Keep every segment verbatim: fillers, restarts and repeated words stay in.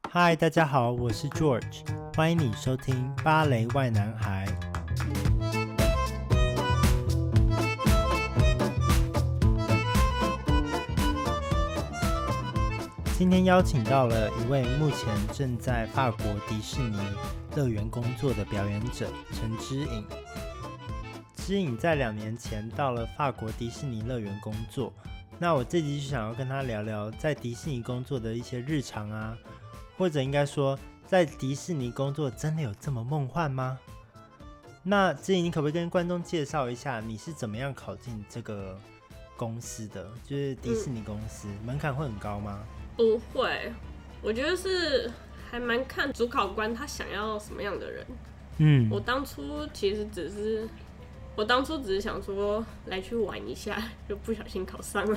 嗨，大家好，我是 George， 欢迎你收听芭蕾外男孩。今天邀请到了一位目前正在法国迪士尼乐园工作的表演者陈之颖。之颖在两年前到了法国迪士尼乐园工作，那我这集就想要跟他聊聊在迪士尼工作的一些日常啊，或者应该说在迪士尼工作真的有这么梦幻吗？那之颖，你可不可以跟观众介绍一下你是怎么样考进这个公司的，就是迪士尼公司、嗯、门槛会很高吗？ 不会，我觉得是还蛮看主考官他想要什么样的人。嗯，我当初其实只是，我当初只是想说来去玩一下，就不小心考上了。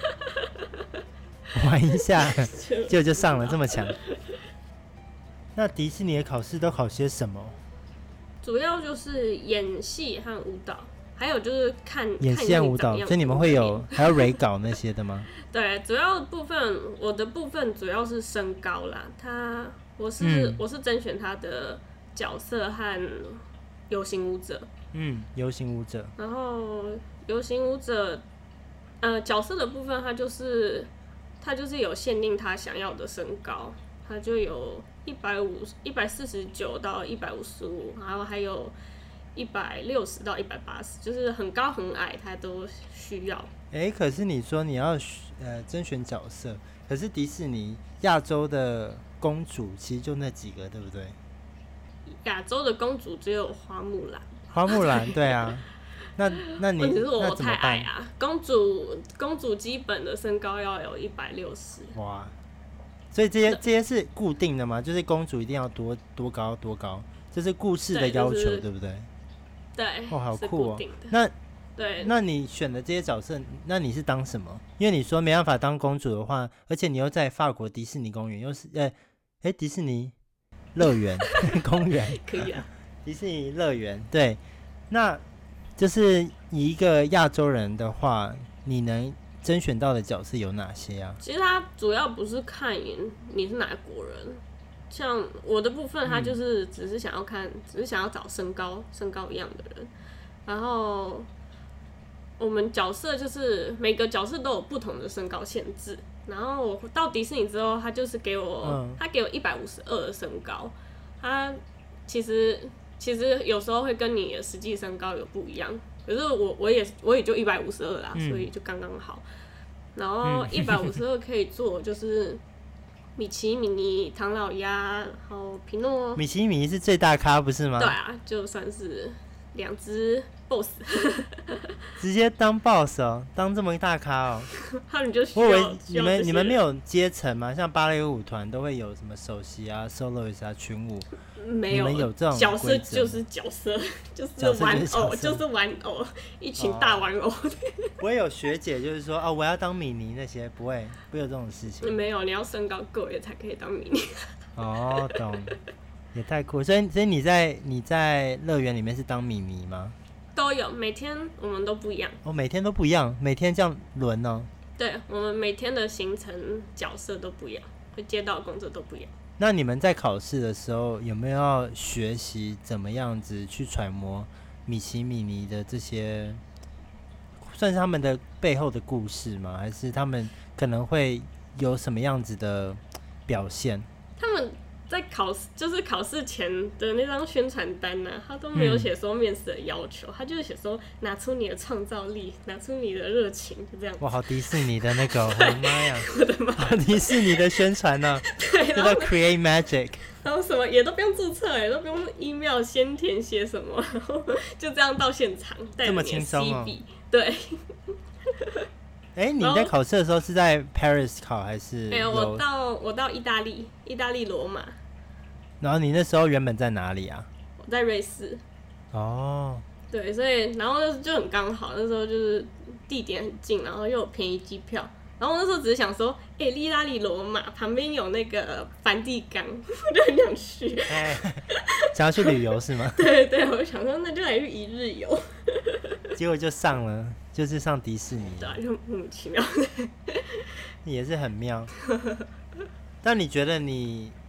玩一下，就就上了，这么强。那迪士尼的考试都考些什么？ 主要就是演戏和舞蹈。还有就是看演戏和舞蹈，所以你们会有还要 re 稿那些的吗？ 对，主要部分我的部分主要是身高啦。他我是、嗯、我是甄选他的角色和游行舞者。 嗯，游行舞者。 然后游行舞者，呃，角色的部分他就是他就是有限定他想要的身高，他就有一百五一百四十九到一百五十五，然后还有一百六十到一百八十，就是很高很矮，他都需要。 哎、欸，可是你说你要呃甄选角色，可是迪士尼亚洲的公主其实就那几个，对不对？ 亚洲的公主只有花木兰。 花木兰，对啊。那那你问题是我太矮啊。 公主公主基本的身高要有一百六十。 哇！所以这些这些是固定的吗？就是公主一定要多多高多高，这是故事的要求， 对,、就是、对不对？ 对， 哦，好酷哦！那对， 那你选的这些角色，那你是当什么？因为你说没办法当公主的话，而且你又在法国迪士尼公园，又是呃，哎，迪士尼乐园公园， 可以啊， 迪士尼乐园，对，那就是以一个亚洲人的话，你能甄选到的角色有哪些啊？ 其实他主要不是看你是哪国人。像我的部分，他就是只是想要看，嗯、只是想要找身高身高一样的人。然后我们角色就是每个角色都有不同的身高限制。然后我到迪士尼之后，他就是给我，嗯、他给我一百五十二的身高。他其实其实有时候会跟你的实际身高有不一样，可是我我也我也就一百五十二啦，嗯、所以就刚刚好。然后一百五十二可以做就是。米奇、米妮、唐老鸭，然后皮诺。 米奇、米妮是最大咖，不是吗？ 对啊，就算是两只 boss。 直接当 boss 哦，当这么大咖哦。 他们就需要。 我以为你们你们没有阶层吗？像芭蕾舞团都会有什么首席啊、soloist 啊、群舞。 没有， 你们有这种角色就是角色，就是玩偶，就是玩偶，一群大玩偶。 不会有学姐就是说哦，我要当米妮那些，不会，不会有这种事情。 没有，你要身高够也才可以当米妮。 哦，懂，也太酷。所以，所以你在你在乐园里面是当米妮吗？ 都有，每天我们都不一样。 哦，每天都不一样，每天这样轮哦。 对，我们每天的行程角色都不一样，会接到的工作都不一样。 那你们在考试的时候有没有要学习怎么样子去揣摩米奇米妮的这些，算是他们的背后的故事吗？还是他们可能会有什么样子的表现？ 他们在考试就是考试前的那张宣传单呢、啊，他都没有写说面试的要求，嗯、他就是写说拿出你的创造力，拿出你的热情，就这样。 哇，好迪士尼的那个，我的妈呀！ 我的妈， 好迪士尼的宣传呢、啊， 对， 叫 Create Magic， 然后什么也都不用注册，也都不用 email 先填写什么，然后就这样到现场，带着你的 C V， 这么轻松哦，对。 哎、欸，你在考试的时候是在 Paris 考还是？ 没有，我到我到意大利，意大利罗马。 然后你那时候原本在哪里啊？ 我在瑞士。 哦。 对，所以然后就很刚好，那时候就是地点很近，然后又有便宜机票。然后我那时候只是想说，哎、欸，意大利罗马旁边有那个梵蒂冈，我就很想去。 哎、欸，想要去旅游是吗？ 对对，我想说那就来去一日游。 结果就上了，就是上迪士尼。 对啊，就莫名其妙的。 也是很妙。但你觉得你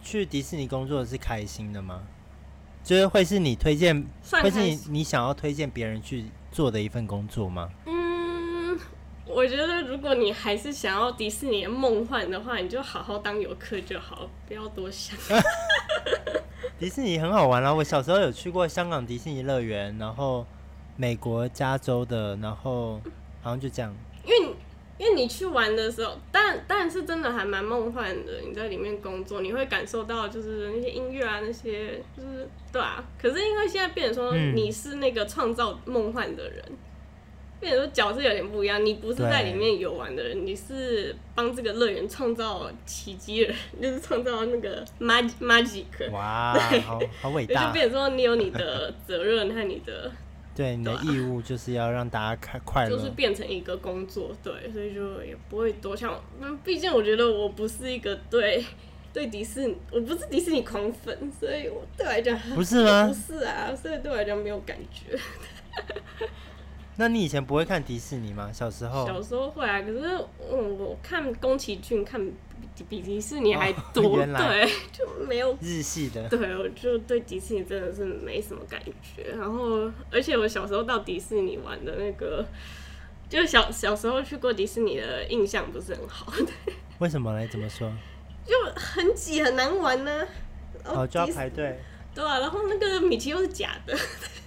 去迪士尼工作是开心的吗？就是会是你推荐，会是你你想要推荐别人去做的一份工作吗？ 嗯，我觉得如果你还是想要迪士尼的梦幻的话，你就好好当游客就好，不要多想。 迪士尼很好玩啊！我小时候有去过香港迪士尼乐园，然后美国加州的，然后好像就这样。 因为因为你去玩的时候，但但是真的还蛮梦幻的。你在里面工作，你会感受到就是那些音乐啊，那些就是对啊。可是因为现在变成说你是那个创造梦幻的人，嗯、变成说角色有点不一样。你不是在里面游玩的人，你是帮这个乐园创造奇迹的人，就是创造那个 magic magic。 哇，好好伟大！ 就变成说你有你的责任和你的。 对，你的义务就是要让大家快乐， 就是变成一个工作，对，所以就也不会多想。毕竟我觉得我不是一个对对迪士尼，我不是迪士尼狂粉，所以我对我来讲不是吗？ 不是啊，所以对我来讲没有感觉。 那你以前不会看迪士尼吗？小时候？ 小时候会啊，可是嗯，我看宫崎骏看比迪士尼还多， 哦、 对，就没有日系的。 对，我就对迪士尼真的是没什么感觉。然后，而且我小时候到迪士尼玩的那个，就小小时候去过迪士尼的印象不是很好。 为什么嘞？怎么说？ 就很挤，很难玩呢、 啊。哦，就要排队。 对啊，然后那个米奇又是假的。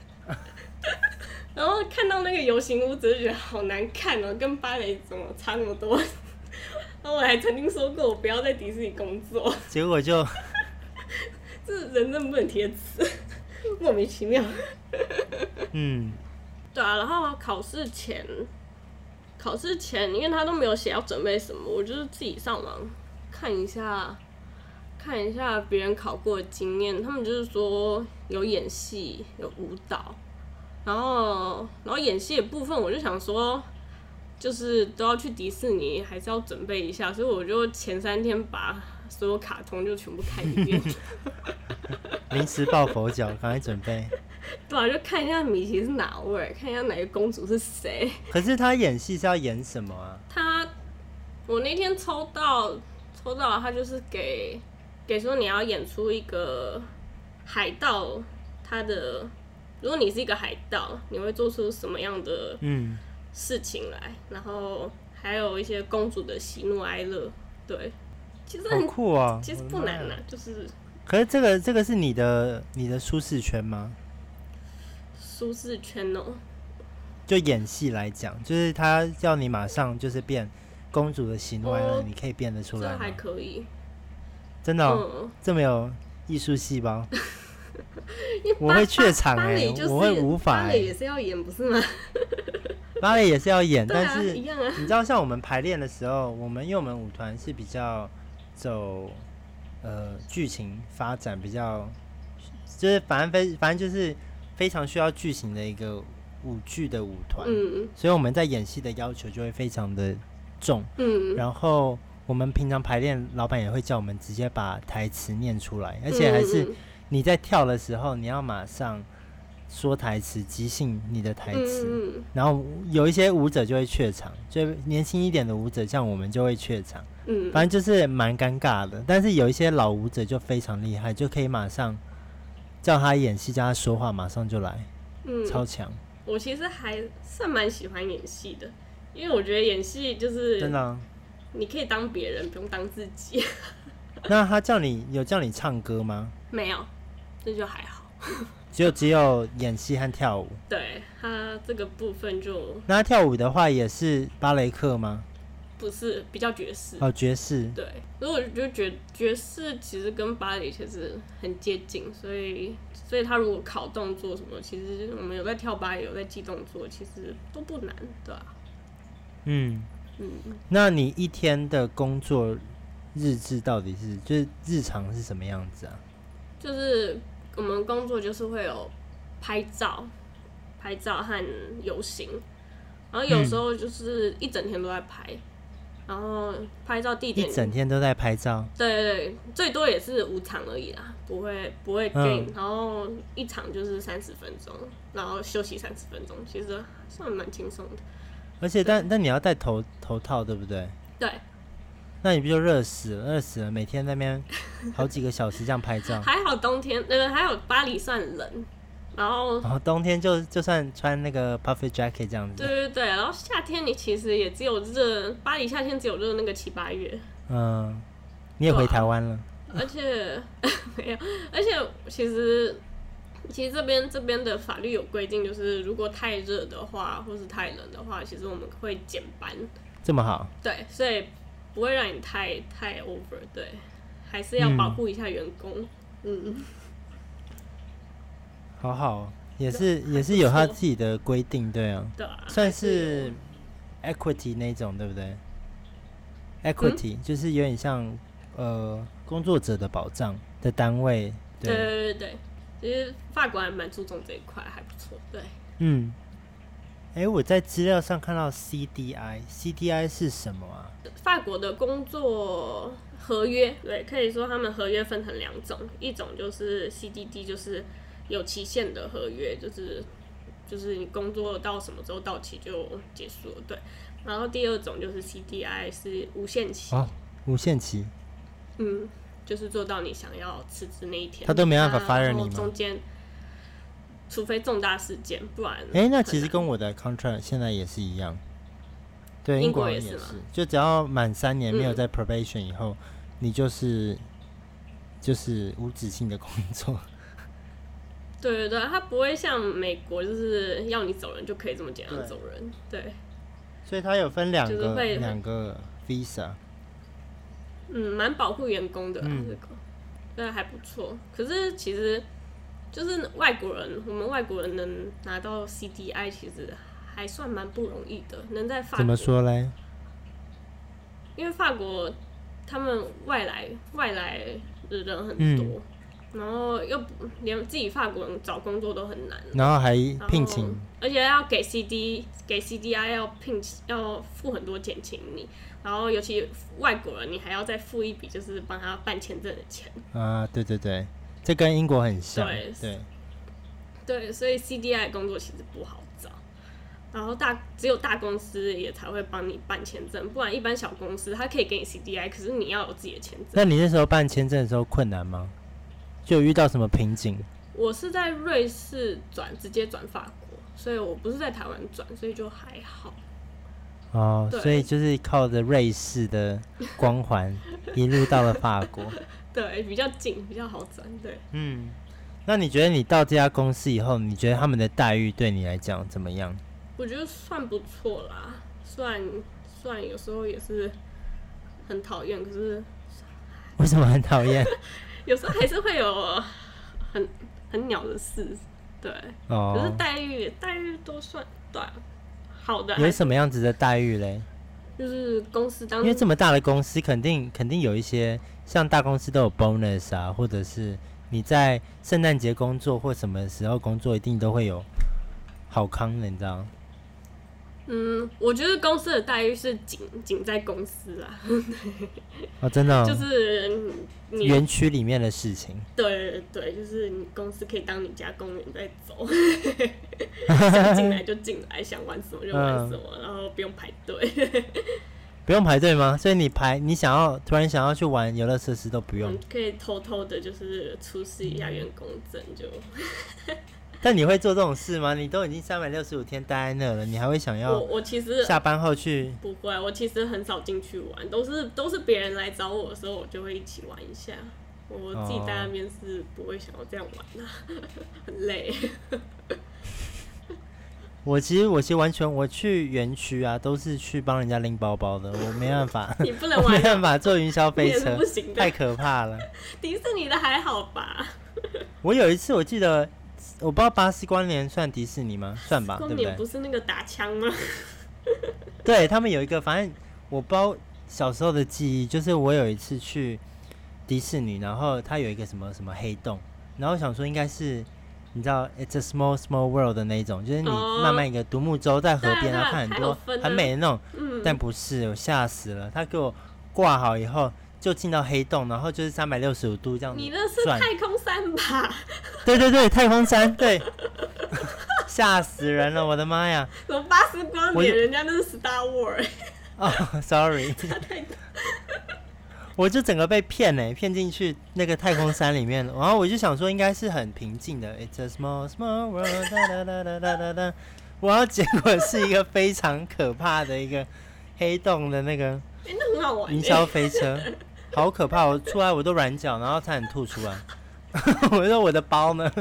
然后看到那个游行屋子就觉得好难看哦，跟芭蕾怎么差那么多？然后我还曾经说过我不要在迪士尼工作， 结果就这人真不能贴纸，莫名其妙。 嗯， 对啊，然后考试前，考试前因为他都没有写要准备什么，我就是自己上网看一下，看一下别人考过的经验，他们就是说有演戏，有舞蹈。然后，然后演戏的部分，我就想说，就是都要去迪士尼，还是要准备一下，所以我就前三天把所有卡通就全部看一遍。 临时抱佛脚，赶快准备。 对啊，就看一下米奇是哪位，看一下哪个公主是谁。 可是他演戏是要演什么啊？ 他，我那天抽到，抽到他就是给给说你要演出一个海盗，他的。如果你是一个海盗，你会做出什么样的事情来？嗯、然后还有一些公主的喜怒哀乐，对，其实很好酷啊， 其实不难啊，就是。 可是这个这个是你的你的舒适圈吗？ 舒适圈哦。 就演戏来讲，就是他要你马上就是变公主的喜怒哀乐， 哦、 你可以变得出来吗？ 这还可以。 真的、哦嗯，这么有艺术细胞。我会怯场哎、欸就是， 我会无法、欸。 芭蕾也是要演不是吗？ 芭蕾也是要演， 啊、 但是一样啊。 你知道，像我们排练的时候，我们因为我们舞团是比较走呃剧情发展，比较就是反正非反正就是非常需要剧情的一个舞剧的舞团，嗯，所以我们在演戏的要求就会非常的重，嗯，然后我们平常排练，老板也会叫我们直接把台词念出来，而且还是。你在跳的时候，你要马上说台词，即兴你的台词、嗯，然后有一些舞者就会怯场，就年轻一点的舞者，像我们就会怯场，嗯，反正就是蛮尴尬的。但是有一些老舞者就非常厉害，就可以马上叫他演戏，叫他说话，马上就来，嗯，超强。 我其实还算蛮喜欢演戏的，因为我觉得演戏就是真的、啊， 你可以当别人，不用当自己。 那他叫你有叫你唱歌吗？ 没有。这就还好， 只有只有演戏和跳舞。 对，他这个部分就那他跳舞的话也是芭蕾课吗？ 不是，比较爵士。 哦，爵士。 对，所以我就觉得爵士其实跟芭蕾其实很接近，所以所以他如果考动作什么，其实我们有在跳芭蕾，有在记动作，其实都不难，对吧、啊？ 嗯嗯。那你一天的工作日志到底是就是日常是什么样子啊？ 就是我们工作就是会有拍照、拍照和游行，然后有时候就是一整天都在拍，嗯、然后拍照地点一整天都在拍照。 对对对，最多也是五场而已啦，不会不会 game、嗯、然后一场就是三十分钟，然后休息三十分钟，其实算蛮轻松的。 而且但但你要戴头头套对不对？ 对。 那你不就热死了？热死了，每天在那边好几个小时这样拍照。 还好冬天，呃，还有巴黎算冷，然后， 然后冬天就就算穿那个 puffy jacket 这样子。 对对对，然后夏天你其实也只有热，巴黎夏天只有热那个七八月。 嗯，你也回台湾了。 而且没有，而且其实其实这边这边的法律有规定，就是如果太热的话，或是太冷的话，其实我们会减班。 这么好？ 对，所以不会让你太太 over， 对，还是要保护一下员工。嗯，嗯好好，也是也是有他自己的规定，对啊， 对啊， 算是 equity 那种，对不对 ？equity、嗯、就是有点像呃工作者的保障的单位。 对对对对，其实法国还蛮注重这一块，还不错。对， 嗯。哎，我在资料上看到 C D I，C D I 是什么啊？ 法国的工作合约，对，可以说他们合约分成两种，一种就是 C D D， 就是有期限的合约，就是就是你工作到什么时候到期就结束了，对。然后第二种就是 C D I， 是无限期。 哦，无限期。 嗯，就是做到你想要辞职那一天， 他都没办法 fire 你吗？ 中间。除非重大事件，不然。 哎、欸，那其实跟我的 contract 现在也是一样。对，英国人也是，就只要满三年没有在 probation 以后，嗯、你就是就是无止境的工作。 对对对，他不会像美国，就是要你走人就可以这么简单走人。对。对所以他有分两个两个 visa。 嗯，蛮保护员工的、啊，嗯、这个，对，还不错。可是其实。就是外国人，我们外国人能拿到 C D I， 其实还算蛮不容易的。能在法国怎么说嘞？ 因为法国他们外来外来的人很多，嗯、然后又连自己法国人找工作都很难， 然后还聘请， 而且要给 C D 给 C D I 要聘要付很多钱请你，然后尤其外国人，你还要再付一笔就是帮他办签证的钱。 啊，对对对。这跟英国很像，对 对, 对，所以 C D I 的工作其实不好找，然后大只有大公司也才会帮你办签证，不然一般小公司它可以给你 C D I， 可是你要有自己的签证。 那你那时候办签证的时候困难吗？就有遇到什么瓶颈？ 我是在瑞士转，直接转法国，所以我不是在台湾转，所以就还好。 哦，所以就是靠着瑞士的光环一路到了法国。 对，比较近，比较好转。对， 嗯，那你觉得你到这家公司以后，你觉得他们的待遇对你来讲怎么样？ 我觉得算不错啦，虽然虽然有时候也是很讨厌，可是为什么很讨厌？ 有时候还是会有很很鸟的事，对。哦。可是待遇待遇都算对、啊，好的。 有什么样子的待遇嘞？ 就是公司当， 因为这么大的公司，肯定肯定有一些。像大公司都有 bonus 啊，或者是你在圣诞节工作或什么时候工作，一定都会有好康的，你知道吗？ 嗯，我觉得公司的待遇是仅仅在公司啊。 哦，真的、哦。 就是你园区里面的事情。 对对，就是你公司可以当你家公园在走，想进来就进来，想玩什么就玩什么，嗯、然后不用排队。 不用排队吗？所以你排，你想要突然想要去玩游乐设施都不用、嗯， 可以偷偷的，就是出示一下员工证就。 但你会做这种事吗？你都已经三百六十五天待在那了，你还会想要？ 我我其实下班后去不会，我其实很少进去玩，都是都是别人来找我的时候，我就会一起玩一下。我自己在那边是不会想要这样玩的、啊，很累。 我其实我其实完全我去园区啊，都是去帮人家拎包包的，我没办法， 你不能玩， 没办法坐云霄飞车， 不行的， 太可怕了。 迪士尼的还好吧？ 我有一次我记得，我不知道巴斯光年算迪士尼吗？算吧，对不对？ 光年不是那个打枪吗？ 对他们有一个，反正我不知道小时候的记忆，就是我有一次去迪士尼，然后它有一个什么什么黑洞，然后想说应该是。你知道 It's a small small world 的那一种，就是你慢慢一个独木舟在河边，然后看很多很美的那种， 嗯、 但不是，我吓死了。他给我挂好以后，就进到黑洞，然后就是三百六十五度这样子。 你那是太空山吧？ 对对对，太空山，对，吓死人了，我的妈呀！ 什么巴斯光年，人家那是 Star Wars。 哦 ，sorry。 我就整个被骗哎、欸，骗进去那个太空山里面，然后我就想说应该是很平静的 ，It's a small small world， 哒哒哒哒哒哒哒，然后结果是一个非常可怕的一个黑洞的那个， 哎、欸，那很好玩、欸， 云霄飞车，好可怕！我出来我都软脚，然后差点吐出来。我说我的包呢？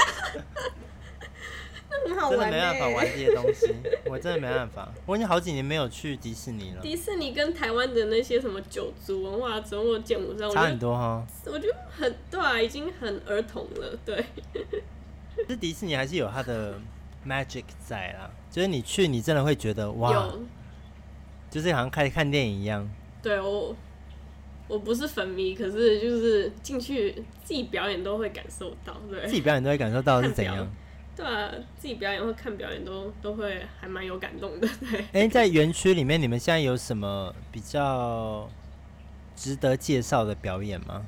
很好玩、欸、 真的没办法玩这些东西，我真的没办法。我已经好几年没有去迪士尼了。 迪士尼跟台湾的那些什么九族文化、周末剑舞上， 差很多哈。 我觉得很对啊，已经很儿童了，对。 是迪士尼还是有它的 magic 在啦，就是你去，你真的会觉得哇，就是好像开始看电影一样。 对我，我不是粉迷，可是就是进去自己表演都会感受到，对。 自己表演都会感受到是怎样？ 对啊，自己表演或看表演都都会还蛮有感动的，对。 哎、欸，在园区里面，你们现在有什么比较值得介绍的表演吗？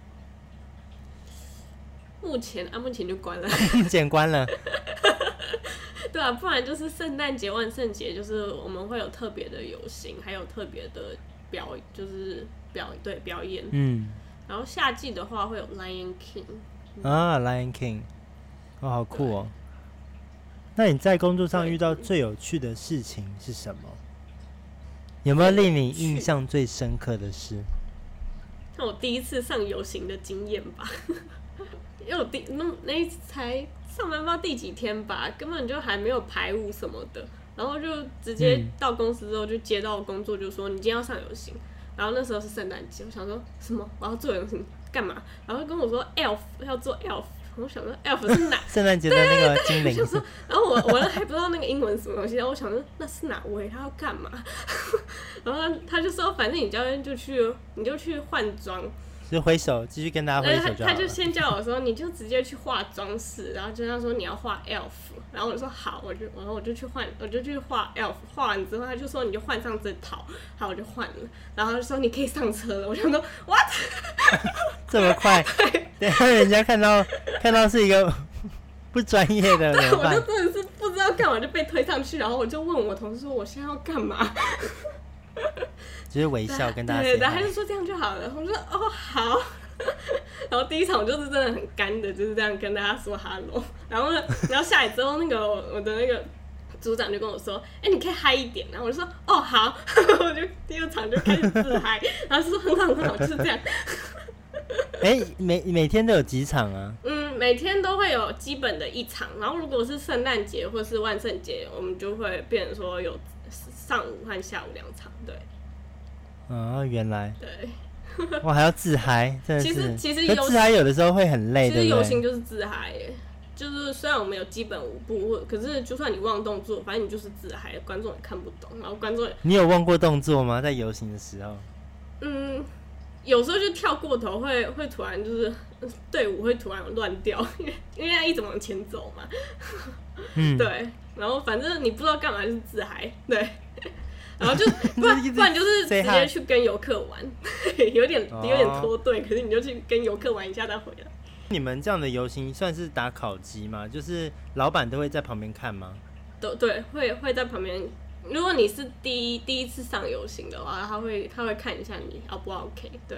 目前啊，目前就关了， 目前关了。 对啊，不然就是圣诞节、万圣节，就是我们会有特别的游行，还有特别的表，就是表对表演。嗯。然后夏季的话会有 Lion King。 啊 ，Lion King。哦，好酷哦！那你在工作上遇到最有趣的事情是什么？有没有令你印象最深刻的事？ 像我第一次上游行的经验吧，因为我第那那一次才上班不知道第几天吧，根本就还没有排舞什么的，然后就直接到公司之后就接到工作，就说你今天要上游行，然后那时候是圣诞节，我想说什么我要做游行干嘛？然后跟我说 elf 要做 elf。我想说 elf 是哪？ 圣诞节的那个精灵。 然后我我还不知道那个英文是什么东西，然后我想说那是哪位？他要干嘛？然后他就说，反正你教练就去，你就去换装， 就挥手，继续跟大家挥手就好了。 他就先叫我说，你就直接去化妆室，然后就他说你要画 elf， 然后我就说好，我就然后我就去换，我就去画 elf， 画完之后他就说你就换上这套，好我就换了，然后他就说你可以上车了，我就说 what？ 这么快？等下人家看到看到是一个不专业的人， 我就真的是不知道干嘛就被推上去，然后我就问我同事说我现在要干嘛？ 就是微笑跟大家 say hi。 对对，他就说这样就好了。我说哦好。然后第一场我就是真的很干的，就是这样跟大家说 hello。然后呢，然后下来之后，那个我的那个组长就跟我说：“哎、欸，你可以嗨一点。”然后我就说：“哦好。”我就第二场就开始自嗨，然后就说很好很好，就是这样。 哎、欸，每每天都有几场啊？ 嗯，每天都会有基本的一场，然后如果是圣诞节或是万圣节，我们就会变成说有上午和下午两场，对。 啊，原来。 对。 哇，还要自嗨，真的是。 其实其实自嗨有的时候会很累， 其实游行就是自嗨耶，就是虽然我们有基本舞步，可是就算你忘动作，反正你就是自嗨，观众也看不懂，然后观众。 你有忘过动作吗？在游行的时候？ 嗯。有时候就跳过头会，会突然就是队伍会突然乱掉，因为因为他一直往前走嘛。嗯，对，然后反正你不知道干嘛就是自嗨，对，然后就不然不然就是直接去跟游客玩，有点有点脱队，可是你就去跟游客玩一下再回来。 你们这样的游行算是打烤鸡吗？就是老板都会在旁边看吗？ 都对，会会在旁边。如果你是第一第一次上游行的话，他会他会看一下你 O 不 OK， 对。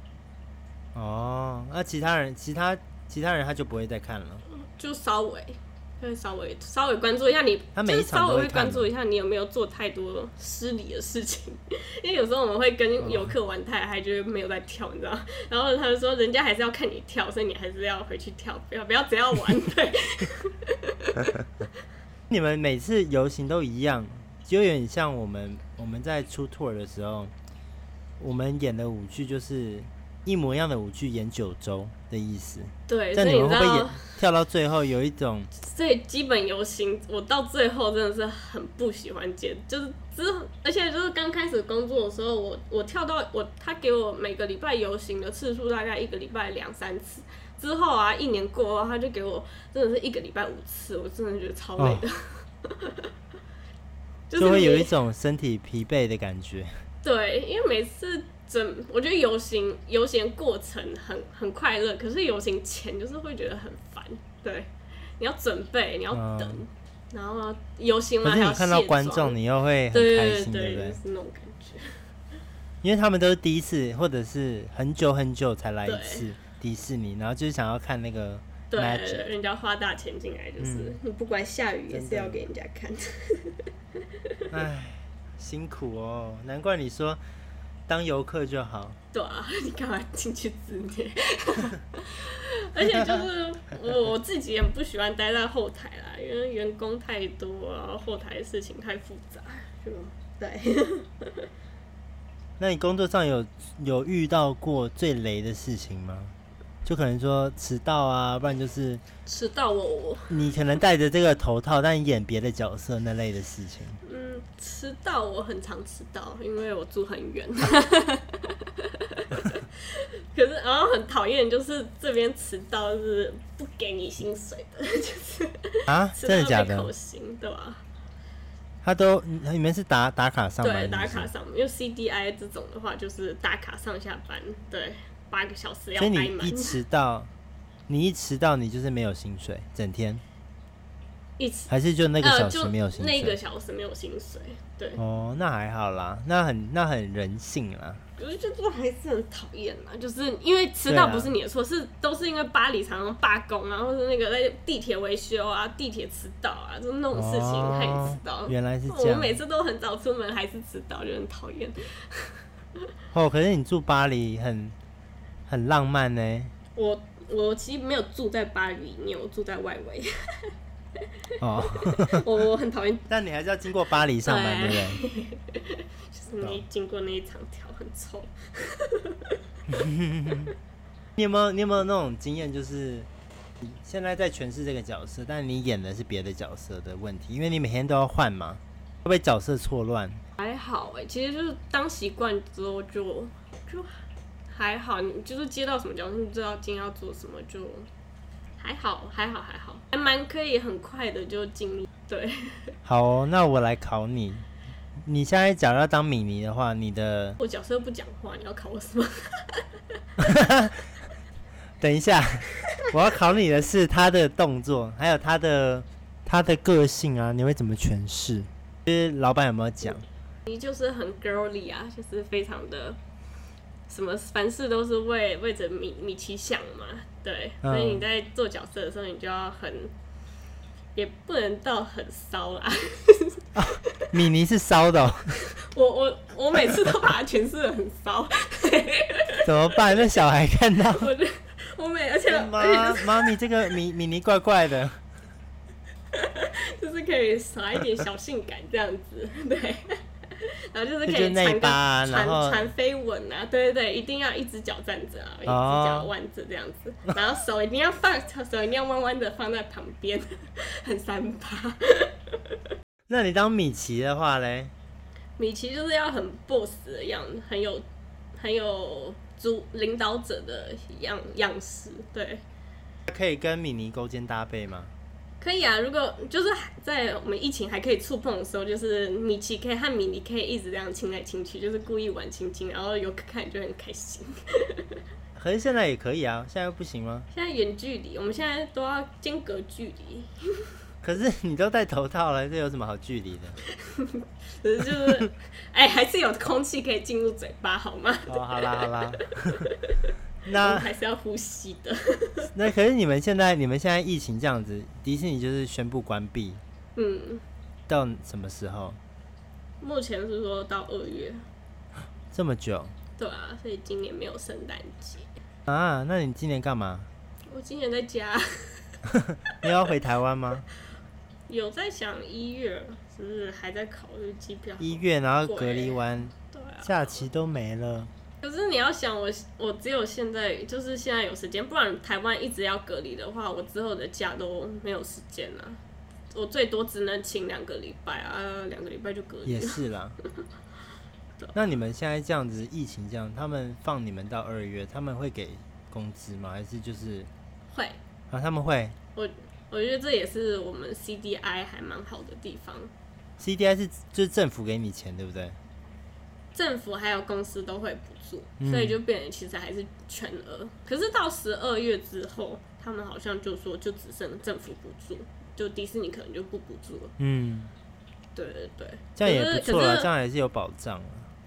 哦，那其他人其他其他人他就不会再看了， 就稍微会稍微稍微关注一下你， 他每一场都会看， 就是稍微会关注一下你有没有做太多失礼的事情，因为有时候我们会跟游客玩太嗨，就没有在跳，你知道？然后他就说人家还是要看你跳，所以你还是要回去跳，不要不要只要玩，对。 你们每次游行都一样。就有点像我们我们在出 tour 的时候，我们演的舞剧就是一模一样的舞剧演九周的意思。 对， 但你们会不会演跳到最后有一种？ 所以基本游行我到最后真的是很不喜欢接，就是之而且就是刚开始工作的时候，我我跳到我他给我每个礼拜游行的次数大概一个礼拜两三次，之后啊一年过后他就给我真的是一个礼拜五次，我真的觉得超累的。哦就, 就会有一种身体疲惫的感觉。 对，因为每次整，我觉得游行游行过程很很快乐，可是游行前就是会觉得很烦。对，你要准备，你要等，嗯、然后游行完还要卸妆。 可是你看到观众，你又会很开心，对不对？ 就是那种感觉。 因为他们都是第一次，或者是很久很久才来一次迪士尼，然后就是想要看那个 magic， 对，人家花大钱进来，就是、嗯、你不管下雨也是要给人家看。 唉，辛苦哦，难怪你说当游客就好。 对啊，你干嘛进去自虐？而且就是我我自己也不喜欢待在后台啦，因为员工太多，然后后台的事情太复杂，就对。 那你工作上有有遇到过最雷的事情吗？就可能说迟到啊，不然就是迟到我我你可能戴着这个头套，但演别的角色那类的事情。 嗯，迟到我很常迟到，因为我住很远。可是然后很讨厌，就是这边迟到是不给你薪水的，就是啊，真的假的？ 扣薪，对吧？ 他都你们是打打卡上班是不是？ 对，打卡上班，因为 C D I 这种的话，就是打卡上下班，对，八个小时要待满。 所以你一迟到，你一迟到，你就是没有薪水，整天。 一迟还是就那个小时没有薪水？ 呃、那个小时没有薪水，对。 哦，那还好啦，那很那很人性啦。 我就觉得还是很讨厌啦，就是因为迟到不是你的错，是都是因为巴黎常常罢工啊，或者那个在地铁维修啊、地铁迟到啊，就是那种事情害你迟到。 哦，原来是这样。 我每次都很早出门，还是迟到，就很讨厌。 哦，可是你住巴黎很很浪漫呢。 我我其实没有住在巴黎里面，我住在外围。 哦， 我我很讨厌， 但你还是要经过巴黎上班，对不对？就是你经过那一长条很臭。 你有没有你有没有那种经验，就是你现在在诠释这个角色，但你演的是别的角色的问题，因为你每天都要换嘛，会不会角色错乱？ 还好哎、欸，其实就是当习惯之后就就还好，你就是接到什么角色，你知道今天要做什么就。还好，还好，还好，还蛮可以很快的就进入。对， 好哦，那我来考你。你现在假如要当米妮的话，你的我角色又不讲话，你要考我什么？ 等一下，我要考你的是他的动作，还有他的他的个性啊，你会怎么诠释？就是老板有没有讲？ 你就是很 girly 啊，就是非常的。什么凡事都是为为着米米奇想嘛，对，嗯、所以你在做角色的时候，你就要很，也不能到很骚啦。 哦、米妮是骚的、哦。 我我我每次都把它诠释得很骚。 怎么办？那小孩看到。 我就我每而且妈妈咪这个米米妮怪怪的。 就是可以耍一点小性感这样子，对。然后就是可以传个传传飞吻啊，对对对，一定要一只脚站着啊，一只脚弯着这样子，然后手一定要放，手一定要弯弯的放在旁边，很三八。 那你当米奇的话嘞？ 米奇就是要很 boss 的样子，很有很有主领导者的样样式，对。 可以跟米妮勾肩搭背吗？ 可以啊，如果就是在我们疫情还可以触碰的时候，就是米奇可以和米妮可以一直这样亲来亲去，就是故意玩亲亲，然后游客看就很开心。 可是现在也可以啊，现在不行吗？ 现在远距离，我们现在都要间隔距离。 可是你都戴头套了，这有什么好距离的？ 可是就是，哎、欸，还是有空气可以进入嘴巴，好吗？ 哦，好啦好啦。那还是要呼吸的。 那可是你们现在，你们现在疫情这样子，迪士尼就是宣布关闭。嗯。到什么时候？ 目前是说到二月。 这么久？ 对啊，所以今年没有圣诞节。 啊，那你今年干嘛？ 我今年在家。 你要回台湾吗？ 有在想一月，是不是还在考虑机票？ 一月，然后隔离完， 对啊， 假期都没了。 可是你要想我，我只有现在就是现在有时间，不然台湾一直要隔离的话，我之后的假都没有时间了。我最多只能请两个礼拜啊，两个礼拜就隔离了。 也是啦。那你们现在这样子疫情这样，他们放你们到二月，他们会给工资吗？还是就是会啊？他们会。 我我觉得这也是我们 C D I 还蛮好的地方。 C D I 是就是政府给你钱，对不对？ 政府还有公司都会补助，嗯、所以就变成其实还是全额。可是到十二月之后，他们好像就说就只剩政府补助，就迪士尼可能就不补助了。嗯，对对对， 这样也不错啦，这样也是有保障啊。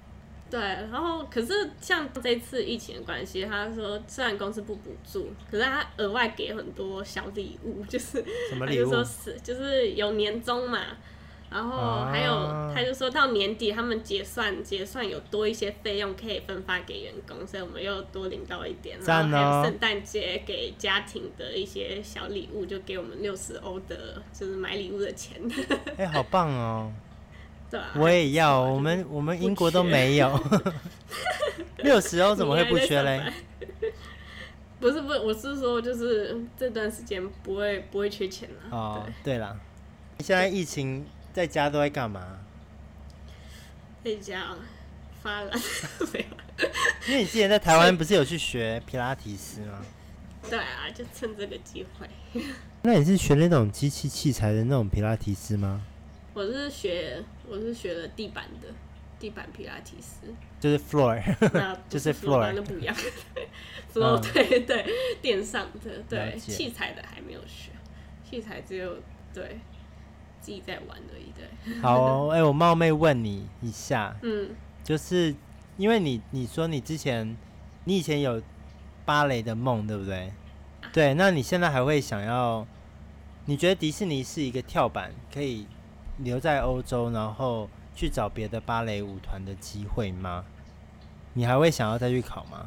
对，然后可是像这次疫情的关系，他说虽然公司不补助，可是他额外给很多小礼物，就是什么礼物？ 他就说是就是有年终嘛，然后还有、啊、他就说到年底他们结算结算有多一些费用可以分发给员工，所以我们又多领到一点，然后还有圣诞节给家庭的一些小礼物，就给我们六十欧的，就是买礼物的钱。 哎、欸，好棒哦！ 对啊， 我也要，我们我们英国都没有。六十欧怎么会不缺嘞？ 不是不是，我是说就是这段时间不会不会缺钱了。 哦，对啦，现在疫情在家都在干嘛？ 在家发懒，没有。 因为你之前在台湾不是有去学皮拉提斯吗？ 对啊，就趁这个机会。 那你是学那种机器器材的那种皮拉提斯吗？ 我是学我是学了地板的地板皮拉提斯， 就是 floor， 就是 floor， 那不一样。floor、嗯、对对，垫上的对，器材的还没有学，器材只有对自己在玩而已。对， 好、哦，哎、欸，我冒昧问你一下， 嗯， 就是因为你你说你之前你以前有芭蕾的梦，对不对？啊、对，那你现在还会想要？你觉得迪士尼是一个跳板，可以留在欧洲，然后去找别的芭蕾舞团的机会吗？你还会想要再去考吗？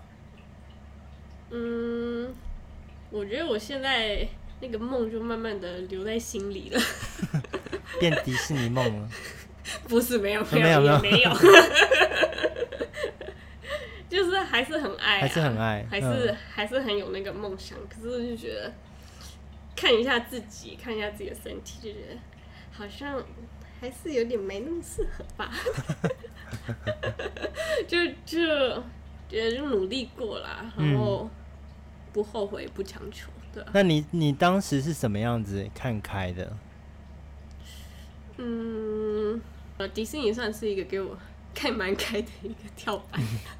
嗯，我觉得我现在那个梦就慢慢的留在心里了， 变迪士尼梦了？ 不是，没有，没有， 没有，没有，就是还是很爱、啊， 还是很爱， 还是、嗯、还是很有那个梦想。可是就觉得看一下自己，看一下自己的身体，就觉得好像还是有点没那么适合吧。就就觉得就努力过啦，然后不后悔不强求，对、啊。 那你你当时是什么样子看开的？ 嗯，呃，迪士尼算是一个给我看蛮开的一个跳板。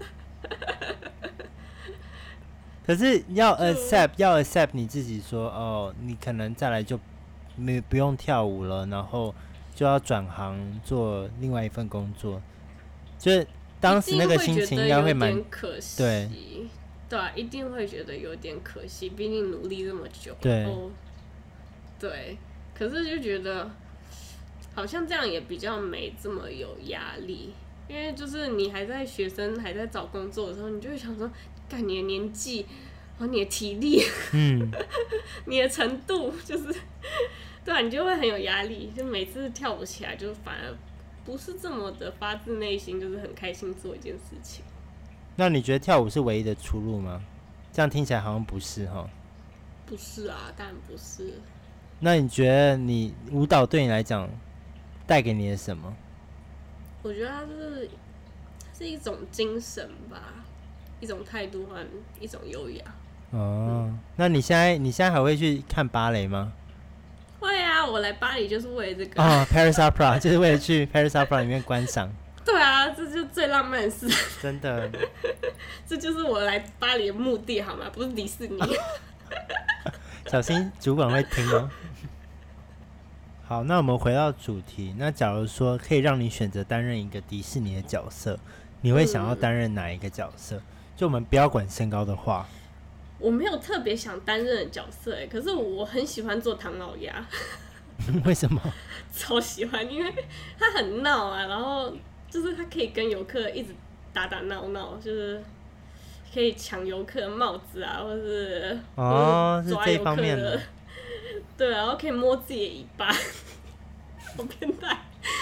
可是要 accept 要 accept 你自己说哦，你可能再来就没不用跳舞了，然后就要转行做另外一份工作，就是当时那个心情应该会蛮可惜， 对对啊，一定会觉得有点可惜，毕竟努力这么久， 对， 哦，对，可是就觉得好像这样也比较没这么有压力，因为就是你还在学生还在找工作的时候，你就会想说，干你的年纪，然后你的体力，嗯，你的程度，就是对啊，你就会很有压力，就每次跳舞起来，就反而不是这么的发自内心，就是很开心做一件事情。 那你觉得跳舞是唯一的出路吗？这样听起来好像不是齁。 不是啊，当然不是。 那你觉得你舞蹈对你来讲带给你的什么？ 我觉得它是是一种精神吧，一种态度和一种优雅。 哦、嗯，那你现在你现在还会去看芭蕾吗？ 会啊，我来巴黎就是为了这个。 哦 ，Paris Opera 就是为了去 Paris Opera 里面观赏。 对啊，这就是最浪漫的事。 真的。 这就是我来巴黎的目的，好吗？不是迪士尼。 小心主管会听哦。好，那我们回到主题。那假如说可以让你选择担任一个迪士尼的角色，你会想要担任哪一个角色？嗯、就我们不要管身高的话。 我没有特别想担任的角色，可是我很喜欢做唐老鸭。 为什么？ 超喜欢，因为他很闹啊，然后就是他可以跟游客一直打打闹闹，就是可以抢游客的帽子啊，或是哦， 抓游客的， 的对，然后可以摸自己的尾巴，好变态，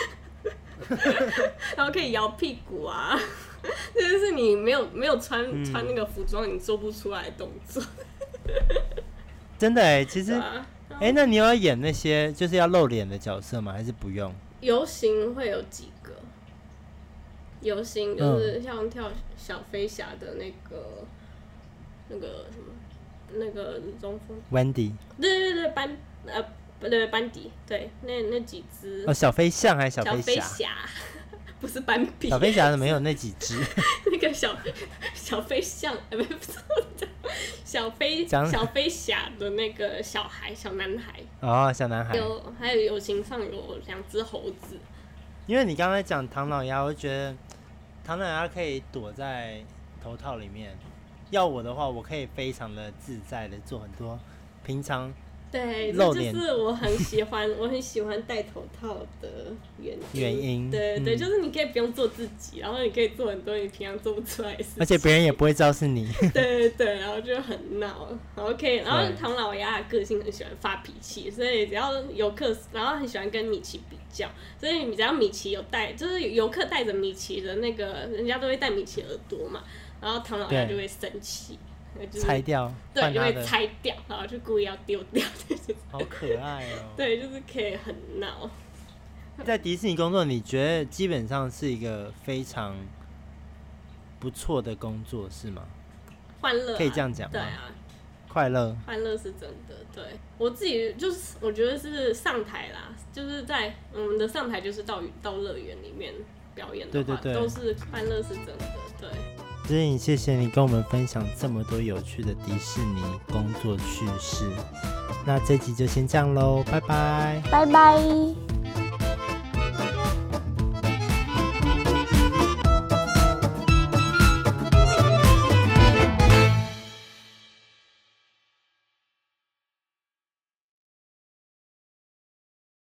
然后可以摇屁股啊。这就是你没有没有穿、嗯、穿那个服装，你做不出来的动作。 真的哎、欸，其实哎、欸，那你有要演那些就是要露脸的角色吗？还是不用？ 游行会有几个？游行就是像跳小飞侠的那个、嗯、那个什么那个中锋 Wendy， 对对对，班呃不对班迪，对那那几只哦，小飞象还是小飞侠？ 小飞侠。不是斑比， 小飞侠怎么有那几只？ 那个小小飞象，哎、欸，不是小飞小飞侠的那个小孩，小男孩。 哦，小男孩。 有，还有友情上有两只猴子。 因为你刚才讲唐老鸭，我就觉得唐老鸭可以躲在头套里面，要我的话，我可以非常的自在的做很多平常对， 露脸， 这就是我很喜欢，我很喜欢戴头套的原因。 原因对对、嗯，就是你可以不用做自己，然后你可以做很多你平常做不出来的事情， 而且别人也不会知道是你。 对对对，然后就很闹，然后可以，然后唐老鸭的个性很喜欢发脾气，所以只要游客，然后很喜欢跟米奇比较，所以你只要米奇有戴，就是游客戴着米奇的那个，人家都会戴米奇耳朵嘛，然后唐老鸭就会生气。就是、 拆掉， 对，就会拆掉，然后就故意要丢掉。 好可爱哦！ 对，就是可以很闹。 在迪士尼工作，你觉得基本上是一个非常不错的工作，是吗？ 欢乐、啊， 可以这样讲吗？ 对啊， 快乐， 欢乐是真的。对我自己就是，我觉得是上台啦，就是在我们的上台就是到到乐园里面表演的话， 对对对， 都是欢乐是真的。对。 知颖，谢谢你跟我们分享这么多有趣的迪士尼工作趣事。那这集就先这样喽，拜拜， 拜拜。